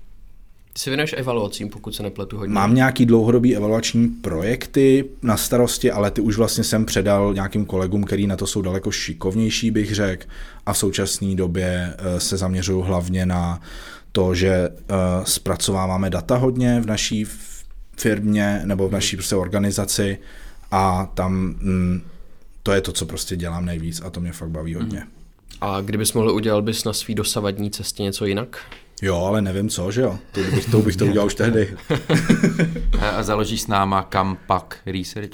Ty se věnuješ evaluacím, pokud se nepletu hodně. Mám nějaký dlouhodobý evaluační projekty na starosti, ale ty už vlastně jsem předal nějakým kolegům, který na to jsou daleko šikovnější, bych řekl. A v současné době uh, se zaměřuju hlavně na to, že uh, zpracováváme data hodně v naší firmě nebo v naší prostě organizaci a tam mm, to je to, co prostě dělám nejvíc a to mě fakt baví hodně. Mm. A kdybys mohl, udělal bys na svý dosavadní cestě něco jinak? Jo, ale nevím co, že jo. To bych to, bych to udělal už tehdy. A, a založíš s náma Kampak Research?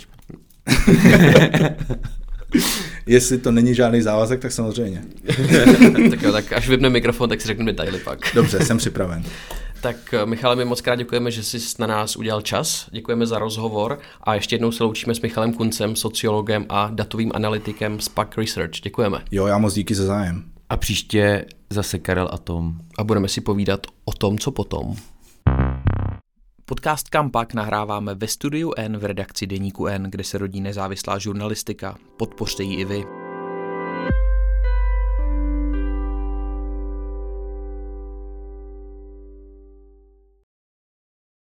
Jestli to není žádný závazek, tak samozřejmě. Tak jo, tak až vypne mikrofon, tak si řeknu detaily pak. Dobře, jsem připraven. Tak Michale, my moc krát děkujeme, že jsi na nás udělal čas, děkujeme za rozhovor a ještě jednou se loučíme s Michalem Kuncem, sociologem a datovým analytikem z P A K Research. Děkujeme. Jo, já moc díky za zájem. A příště zase Karel a Tom. A budeme si povídat o tom, co potom. Podcast Kampak nahráváme ve Studiu N v redakci Deníku N, kde se rodí nezávislá žurnalistika. Podpořte ji i vy.